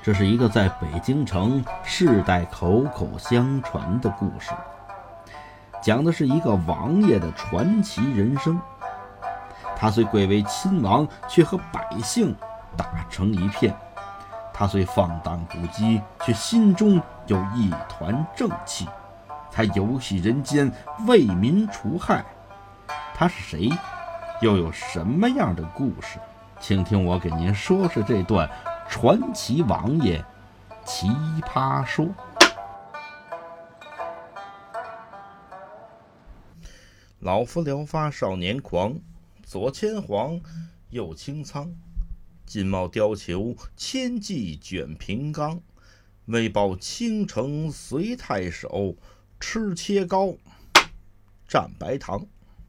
这是一个在北京城世代口口相传的故事，讲的是一个王爷的传奇人生。他虽贵为亲王，却和百姓打成一片；他虽放荡不羁，却心中有一团正气。他游戏人间，为民除害。他是谁？又有什么样的故事？请听我给您说说这段传奇王爷奇葩说。 老夫聊发少年狂，左牵黄，右清仓。金帽貂裘，千骑卷平冈。为报倾城随太守，吃切糕，蘸白糖。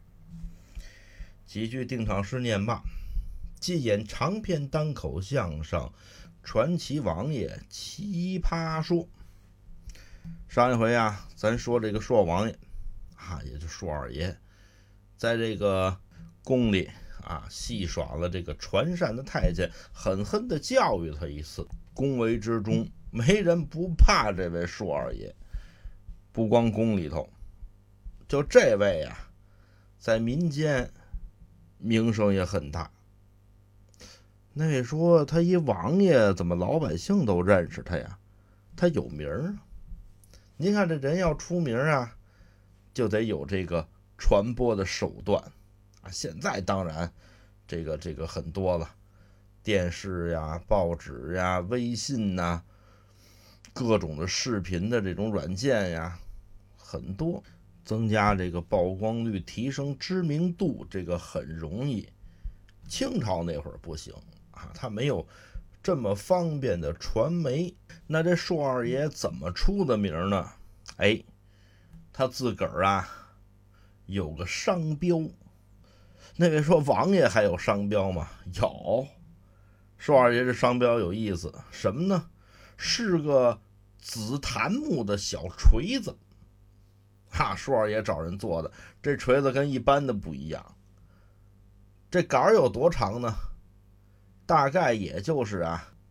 几句定场诗念罢，尽演长篇单口相声《传奇王爷奇葩说》。上一回啊，咱说这个硕王爷啊，也就硕二爷，在这个宫里啊，戏耍了这个传善的太监，狠狠地教育他一次。宫闱之中，没人不怕这位硕二爷。不光宫里头，就这位啊，在民间名声也很大。那位说他一王爷，怎么老百姓都认识他呀？他有名啊！您看这人要出名啊，就得有这个传播的手段啊。现在当然这个很多了，电视呀、报纸呀、微信呐，各种的视频的这种软件呀，很多，增加这个曝光率，提升知名度，这个很容易。清朝那会儿不行啊，他没有这么方便的传媒。那这硕二爷怎么出的名呢？他自个儿啊有个商标。那位说王爷还有商标吗？有。硕二爷这商标有意思，什么呢？是个紫檀木的小锤子。硕二爷找人做的，这锤子跟一般的不一样。这杆有多长呢？大概也就是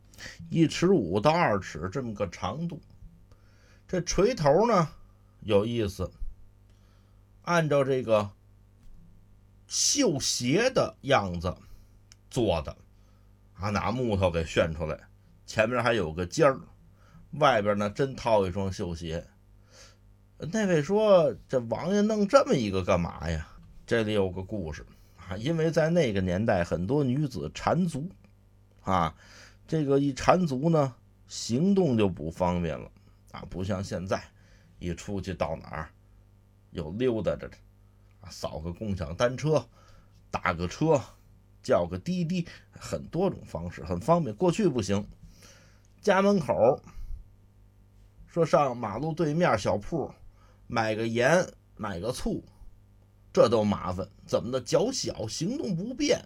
1.5尺到2尺这么个长度。这锤头呢有意思，按照这个绣鞋的样子做的拿木头给旋出来，前面还有个尖儿，外边呢真套一双绣鞋。那位说这王爷弄这么一个干嘛呀？这里有个故事因为在那个年代很多女子缠足这个一缠足呢，行动就不方便了不像现在一出去到哪儿有溜达着扫个共享单车，打个车，叫个滴滴，很多种方式很方便。过去不行，家门口说上马路对面小铺买个盐买个醋，这都麻烦。怎么的？脚小行动不便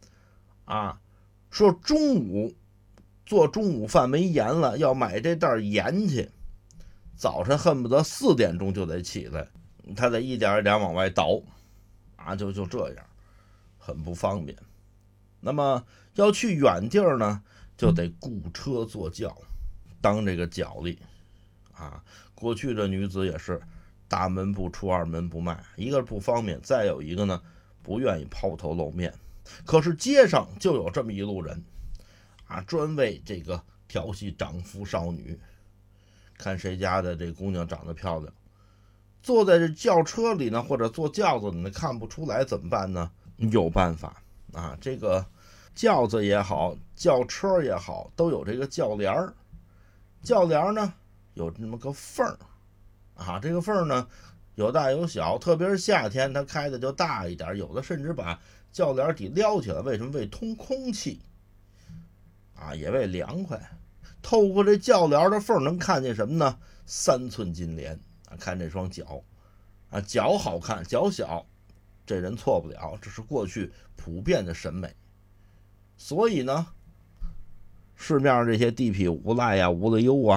说中午做中午饭没盐了，要买这袋盐去，早晨恨不得4点钟就得起来，他得一点一点往外倒就这样，很不方便。那么要去远地儿呢，就得雇车坐轿，当这个脚力过去的女子也是大门不出二门不迈，一个不方便，再有一个呢不愿意抛头露面。可是街上就有这么一路人专为这个调戏长夫少女，看谁家的这姑娘长得漂亮，坐在这轿车里呢，或者坐轿子里呢，看不出来怎么办呢？有办法这个轿子也好，轿车也好，都有这个轿帘儿。轿帘呢有这么个缝儿这个缝儿呢有大有小，特别是夏天它开的就大一点，有的甚至把轿帘底撩起来，为什么？为通空气也为凉快。透过这轿帘的缝能看见什么呢？3寸金莲看这双脚脚好看，脚小这人错不了，这是过去普遍的审美。所以呢，市面上这些地痞无赖无了优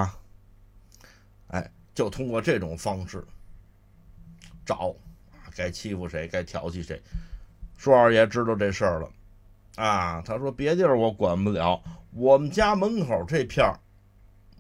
就通过这种方式找该欺负谁，该调戏谁。硕二爷知道这事儿了他说别地儿我管不了，我们家门口这片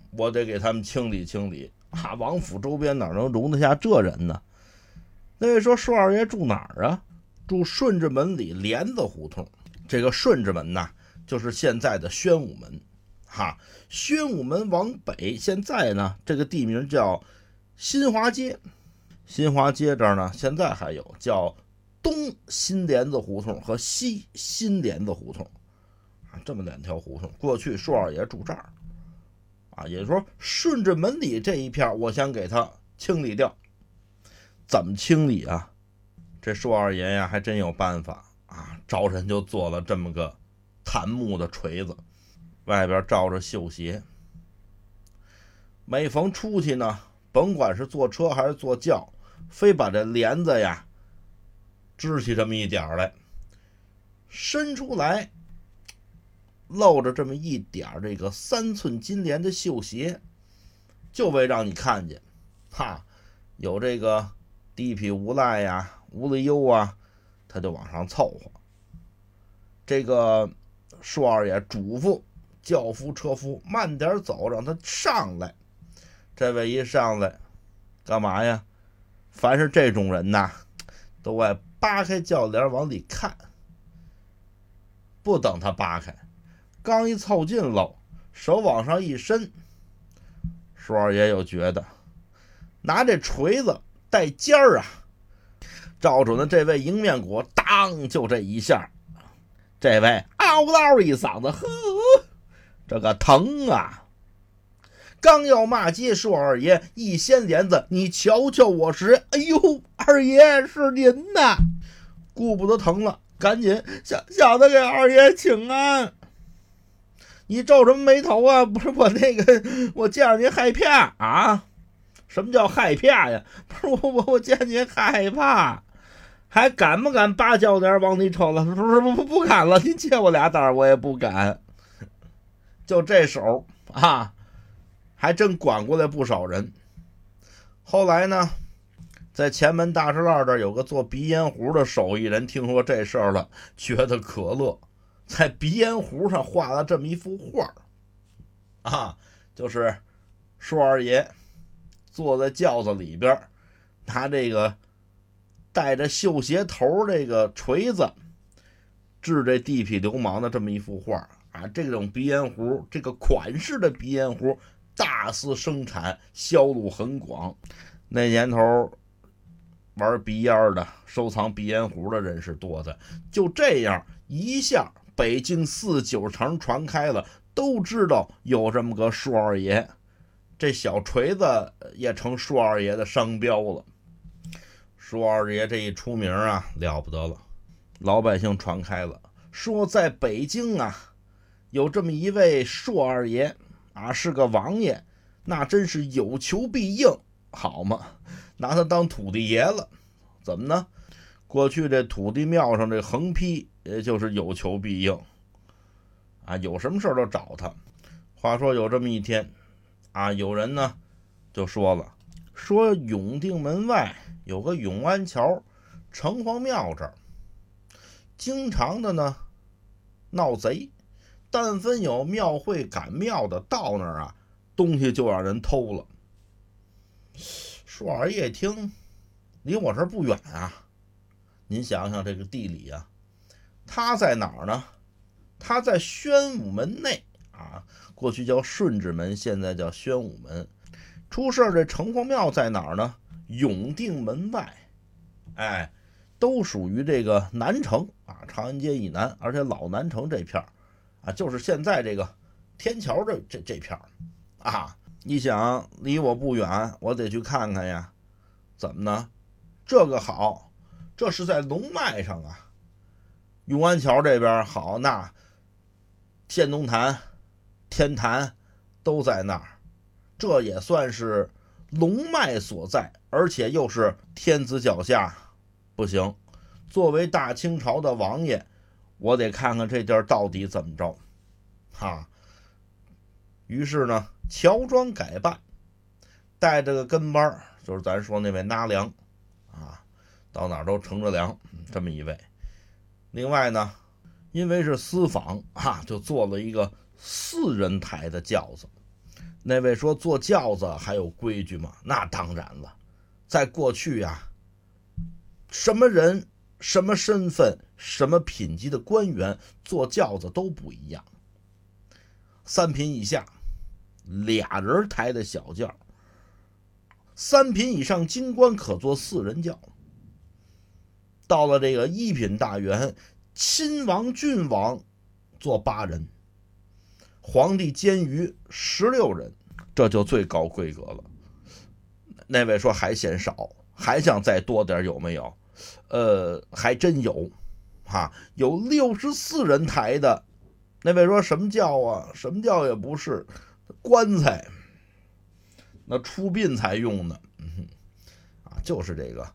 我得给他们清理清理啊！王府周边哪能容得下这人呢？那位说舒二爷住哪儿啊？住顺治门里帘子胡同。这个顺治门呐，就是现在的宣武门。宣武门往北，现在呢这个地名叫新华街。新华街这儿呢，现在还有叫东新帘子胡同和西新帘子胡同这么2条胡同。过去舒二爷住这儿也就是说顺治门里这一片我想给他清理掉。怎么清理啊？这舒二爷呀还真有办法找人就做了这么个檀木的锤子，外边罩着绣鞋。每逢出去呢，甭管是坐车还是坐轿，非把这帘子呀支起这么一点来，伸出来露着这么一点这个3寸金莲的绣鞋，就为让你看见有这个地痞无赖呀、无厘优啊，他就往上凑合。这个舒二爷嘱咐轿夫车夫慢点走，让他上来。这位一上来干嘛呀？凡是这种人呐，都爱扒开轿帘往里看。不等他扒开，刚一凑近喽，手往上一伸，舒二爷又觉得拿这锤子带尖儿照准了这位迎面骨，当就这一下，这位嗷嗷一嗓子，呵，这个疼啊！刚要骂街，舒二爷一掀帘子，你瞧瞧我时，哎呦，二爷是您呐！顾不得疼了，赶紧小的给二爷请安。你皱什么眉头啊？不是我我见着您害怕啊？什么叫害怕呀？不是我见您害怕，还敢不敢扒轿帘往里瞅了？不敢了，您借我2胆我也不敢。就这手还真管过来不少人。后来呢，在前门大栅栏这儿有个做鼻烟壶的手艺人，听说这事儿了，觉得可乐，在鼻烟壶上画了这么一幅画就是舒二爷坐在轿子里边，拿这个带着绣鞋头这个锤子治这地痞流氓的这么一幅画这种鼻烟壶，这个款式的鼻烟壶大肆生产，销路很广。那年头玩鼻烟的、收藏鼻烟壶的人是多的。就这样一下，北京4、9城传开了，都知道有这么个舒二爷。这小锤子也成舒二爷的商标了。舒二爷这一出名了不得了，老百姓传开了，说在北京有这么一位舒二爷是个王爷，那真是有求必应，好嘛，拿他当土地爷了。怎么呢？过去这土地庙上这横批也就是有求必应有什么事都找他。话说有这么一天有人呢就说了，说永定门外有个永安桥城隍庙这儿经常的呢闹贼，但凡有庙会赶庙的到那儿东西就让人偷了。舒二爷听，离我这儿不远您想想这个地理他在哪儿呢？他在宣武门内过去叫顺治门，现在叫宣武门。出事这城隍庙在哪儿呢？永定门外。都属于这个南城长安街以南，而且老南城这片就是现在这个天桥这片你想离我不远，我得去看看呀。怎么呢？这个好，这是在龙脉上永安桥这边好，那县东坛、天坛都在那儿，这也算是龙脉所在，而且又是天子脚下。不行，作为大清朝的王爷，我得看看这地儿到底怎么着于是呢，乔装改扮，带着个跟班，就是咱说那位纳凉到哪儿都乘着凉，这么一位。另外呢，因为是私访就做了一个4人台的轿子， 那位说坐轿子还有规矩吗？那当然了，在过去呀，什么人、什么身份、什么品级的官员坐轿子都不一样。3品以下俩人抬的小轿，3品以上京官可坐4人轿。到了这个1品大员，亲王、郡王坐8人，皇帝监于16人，这就最高规格了。那位说还嫌少，还想再多点，有没有？还真有有64人抬的。那位说什么轿啊？什么轿也不是，棺材，那出殡才用的。就是这个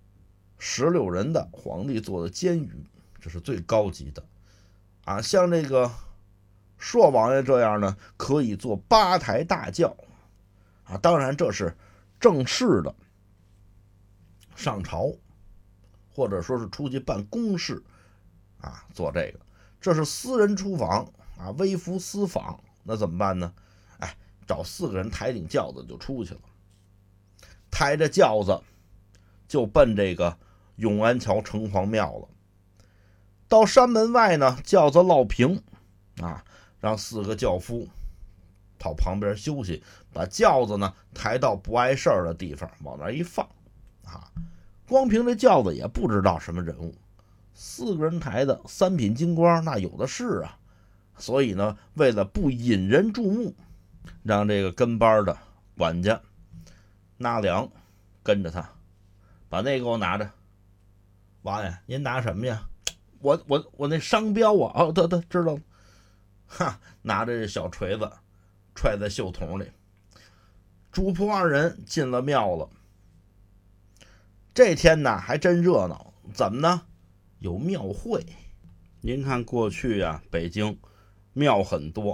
16人的皇帝坐的监舆，这是最高级的像这个朔王爷这样呢，可以坐8台大轿当然这是正式的上朝，或者说是出去办公事做这个。这是私人出访微服私访，那怎么办呢？找4个人抬顶轿子就出去了，抬着轿子就奔这个永安桥城隍庙了。到山门外呢，轿子落平让4个轿夫到旁边休息，把轿子呢抬到不碍事儿的地方，往那一放光凭这轿子也不知道什么人物，4个人抬的3品京官那有的是所以呢，为了不引人注目，让这个跟班的管家纳凉跟着他，把那给我拿着。王爷，您拿什么呀？我那商标对，知道了。拿着这小锤子揣在袖筒里。主仆2人进了庙了。这天呢还真热闹，怎么呢？有庙会。您看过去北京庙很多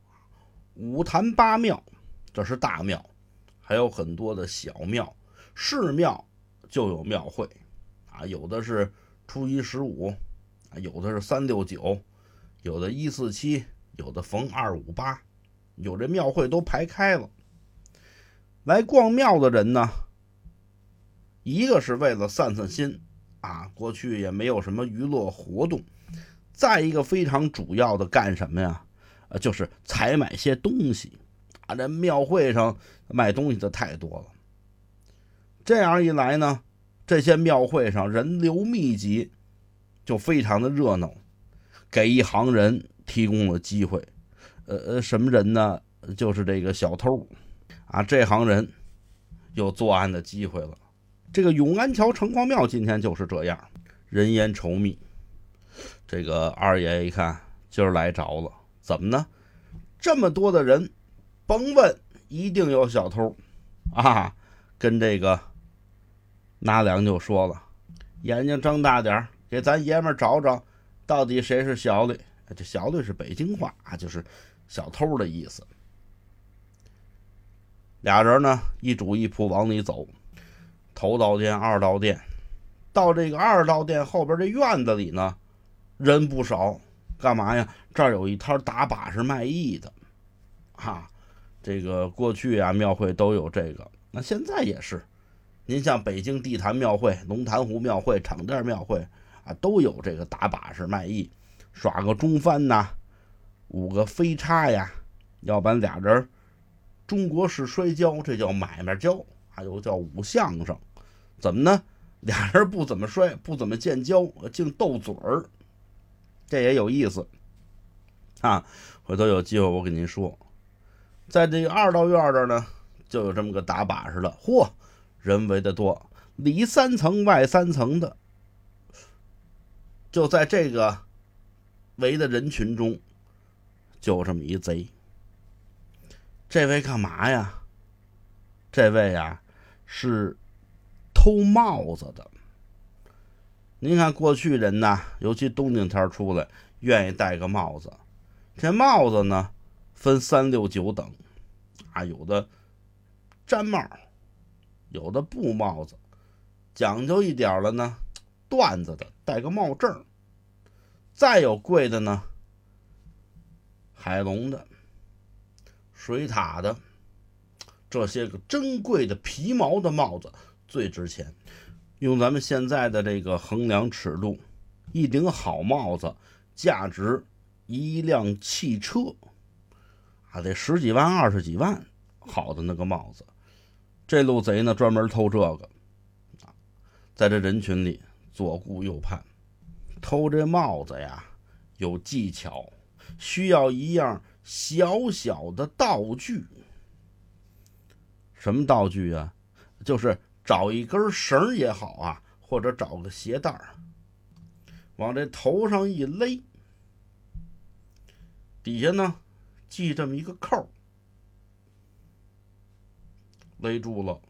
，5坛8庙，这是大庙，还有很多的小庙，市庙就有庙会有的是初1、15，有的是3、6、9，有的1、4、7，有的逢2、5、8，有这庙会都排开了。来逛庙的人呢，一个是为了散散心过去也没有什么娱乐活动，再一个非常主要的干什么呀？就是采买些东西这庙会上卖东西的太多了。这样一来呢，这些庙会上人流密集，就非常的热闹，给一行人提供了机会。什么人呢？就是这个小偷这行人有作案的机会了。这个永安桥城隍庙今天就是这样，人烟稠密。这个二爷一看今儿来着了，怎么呢？这么多的人，甭问，一定有小偷跟这个纳凉就说了，眼睛睁大点，给咱爷们找找，到底谁是小李？这小李是北京话就是小偷的意思。俩人呢一主一仆往里走，头道店、二道店，到这个2道店后边这院子里呢，人不少。干嘛呀？这儿有一摊打把式卖艺的这个过去庙会都有这个，那现在也是。您像北京地坛庙会、龙潭湖庙会、场店庙会都有这个打把式卖艺，耍个中翻舞个飞叉呀，要不然俩人中国式摔跤，这叫买卖跤，还有叫舞相声。怎么呢？俩人不怎么摔，不怎么见交，净斗嘴儿，这也有意思回头有机会我跟您说。在这个2道院这呢，就有这么个打把式的，人围得多，里3层外3层的。就在这个围的人群中，就有这么一贼。这位干嘛呀？这位是偷帽子的。您看过去人尤其冬天天出来，愿意戴个帽子。这帽子呢分3、6、9等有的毡帽，有的布帽子，讲究一点了呢，缎子的，戴个帽正。再有贵的呢，海龙的、水獭的、 这些个珍贵的皮毛的帽子最值钱。用咱们现在的这个衡量尺度，一顶好帽子价值一辆汽车得10几万20几万，好的那个帽子。这路贼呢专门偷这个，在这人群里左顾右盼。偷这帽子呀有技巧，需要一样小小的道具。什么道具啊？就是找一根绳也好啊，或者找个鞋带往这头上一勒，底下呢系这么一个扣，勒住了。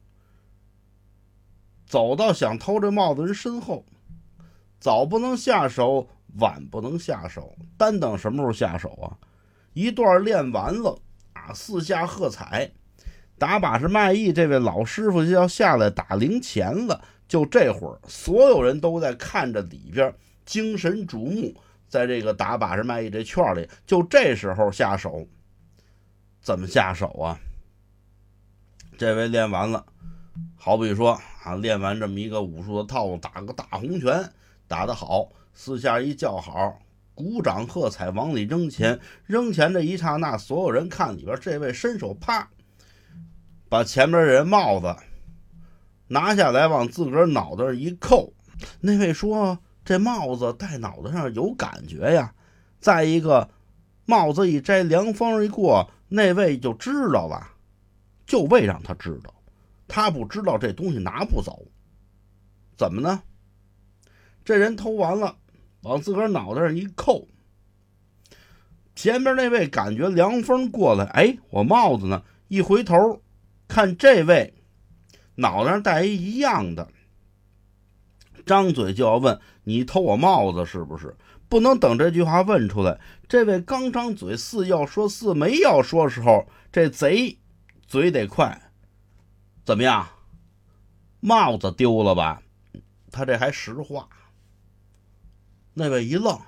走到想偷这帽子人身后，早不能下手，晚不能下手，单等什么时候下手啊？一段练完了四下喝彩，打把式卖艺这位老师傅就要下来打零钱了。就这会儿，所有人都在看着里边，精神瞩目。在这个打把式卖艺这圈里，就这时候下手。怎么下手啊？这位练完了，好比说练完这么一个武术的套路，打个大红拳，打得好，四下一叫好，鼓掌喝彩，往里扔钱。扔钱这一刹那，所有人看里边，这位伸手啪把前面人帽子拿下来，往自个儿脑袋上一扣。那位说这帽子戴脑袋上有感觉呀。再一个，帽子一摘，凉风一过，那位就知道了，就为让他知道，他不知道这东西拿不走。怎么呢？这人偷完了，往自个儿脑袋上一扣，前边那位感觉凉风过来，我帽子呢？一回头看这位脑袋上戴一样的，张嘴就要问你偷我帽子是不是？不能等这句话问出来，这位刚张嘴似要说似没要说时候，这贼嘴得快。怎么样？帽子丢了吧？他这还实话。那位一愣，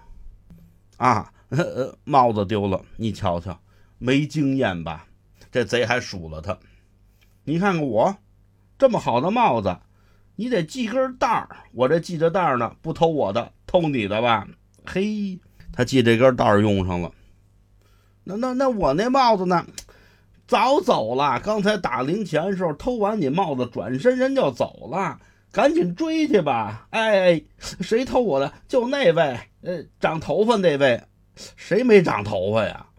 帽子丢了，你瞧瞧，没经验吧？这贼还数了他。你看看我这么好的帽子，你得系根带儿，我这系着带儿呢，不偷我的，偷你的吧？嘿，他系这根带儿用上了。那我那帽子呢？早走了，刚才打零钱的时候偷完你帽子，转身人就走了，赶紧追去吧。谁偷我的？就那位，长头发那位，谁没长头发呀？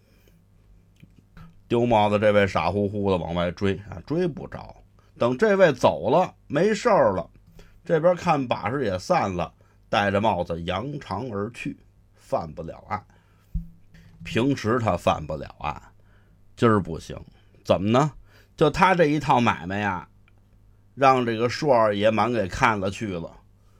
丢帽子这位傻乎乎的往外追追不着。等这位走了，没事了，这边看把式也散了，戴着帽子扬长而去，犯不了案。平时他犯不了案，今儿不行。怎么呢？就他这一套买卖呀，让这个硕二爷满给看了去了。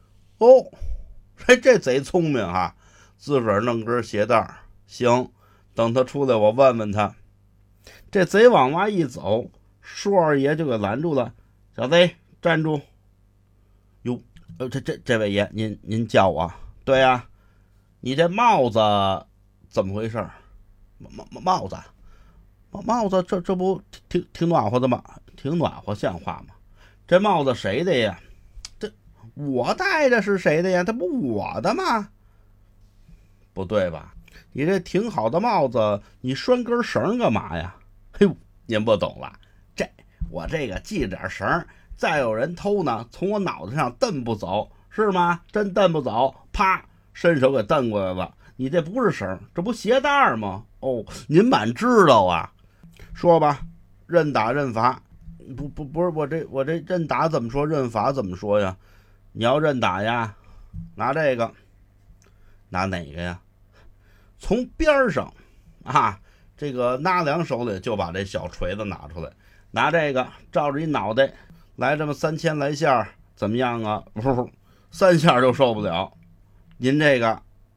这贼聪明自个儿弄根鞋带，行，等他出来我问问他。这贼往外一走，硕二爷就给拦住了。小贼，站住！哟，这位爷，您叫我？对呀，你这帽子怎么回事？帽子，这不挺暖和的吗？挺暖和，像话吗？这帽子谁的呀？这我戴着是谁的呀？这不我的吗？不对吧？你这挺好的帽子，你拴根绳干嘛呀？嘿，您不懂了，我这个系着点绳，再有人偷呢，从我脑袋上蹬不走，是吗？真蹬不走，啪，伸手给蹬过来了。你这不是绳，这不鞋带吗？您满知道啊。说吧，认打认罚。不是我这认打怎么说，认罚怎么说呀？你要认打呀，拿这个，拿哪个呀？从边上这个拿两手里就把这小锤子拿出来，拿这个照着一脑袋来这么3000来下，怎么样啊？3下就受不了。您这个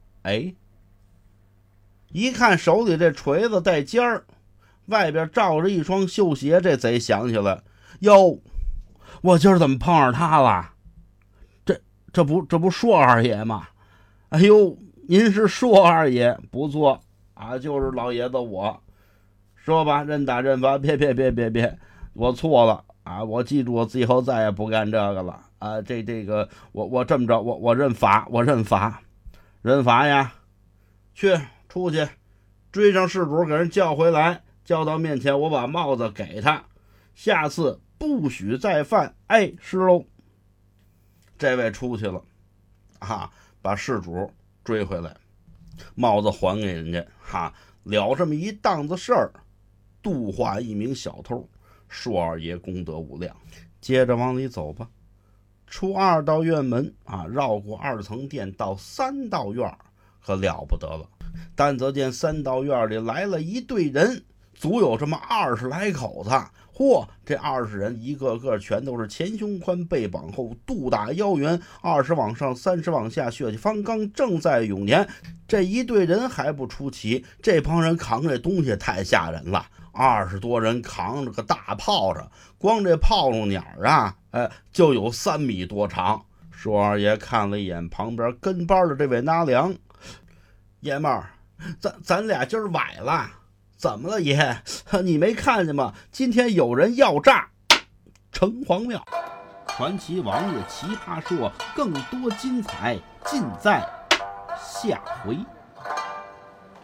一看手里这锤子带尖儿，外边罩着一双绣鞋，这贼想起来，哟，我今儿怎么碰上他了？这不硕二爷吗？哎呦，您是硕二爷，不错就是老爷子我。 说吧，认打认罚。别，我错了啊！我记住，我以后再也不干这个了啊！这个，我这么着，我认罚，认罚呀！去，出去，追上事主，给人叫回来，叫到面前，我把帽子给他，下次不许再犯。哎，是喽。这位出去了啊，把事主追回来，帽子还给人家哈，了这么一档子事儿，度化一名小偷，硕二爷功德无量。接着往里走吧，出2道院门啊，绕过2层殿到3道院，可了不得了。但则见3道院里来了一队人，足有这么20来口子。嚯，这20人一个个全都是前胸宽背膀厚，肚大腰圆，20往上30往下，血气方刚，正在永年。这一队人还不出奇，这帮人扛这东西太吓人了，20多人扛着个大炮仗，光这炮仗鸟啊，就有3米多长。硕二爷看了一眼旁边跟班的这位纳凉，爷们儿，咱俩今儿崴了。怎么了爷？你没看见吗？今天有人要炸城隍庙。传奇王爷奇葩说，更多精彩尽在下回。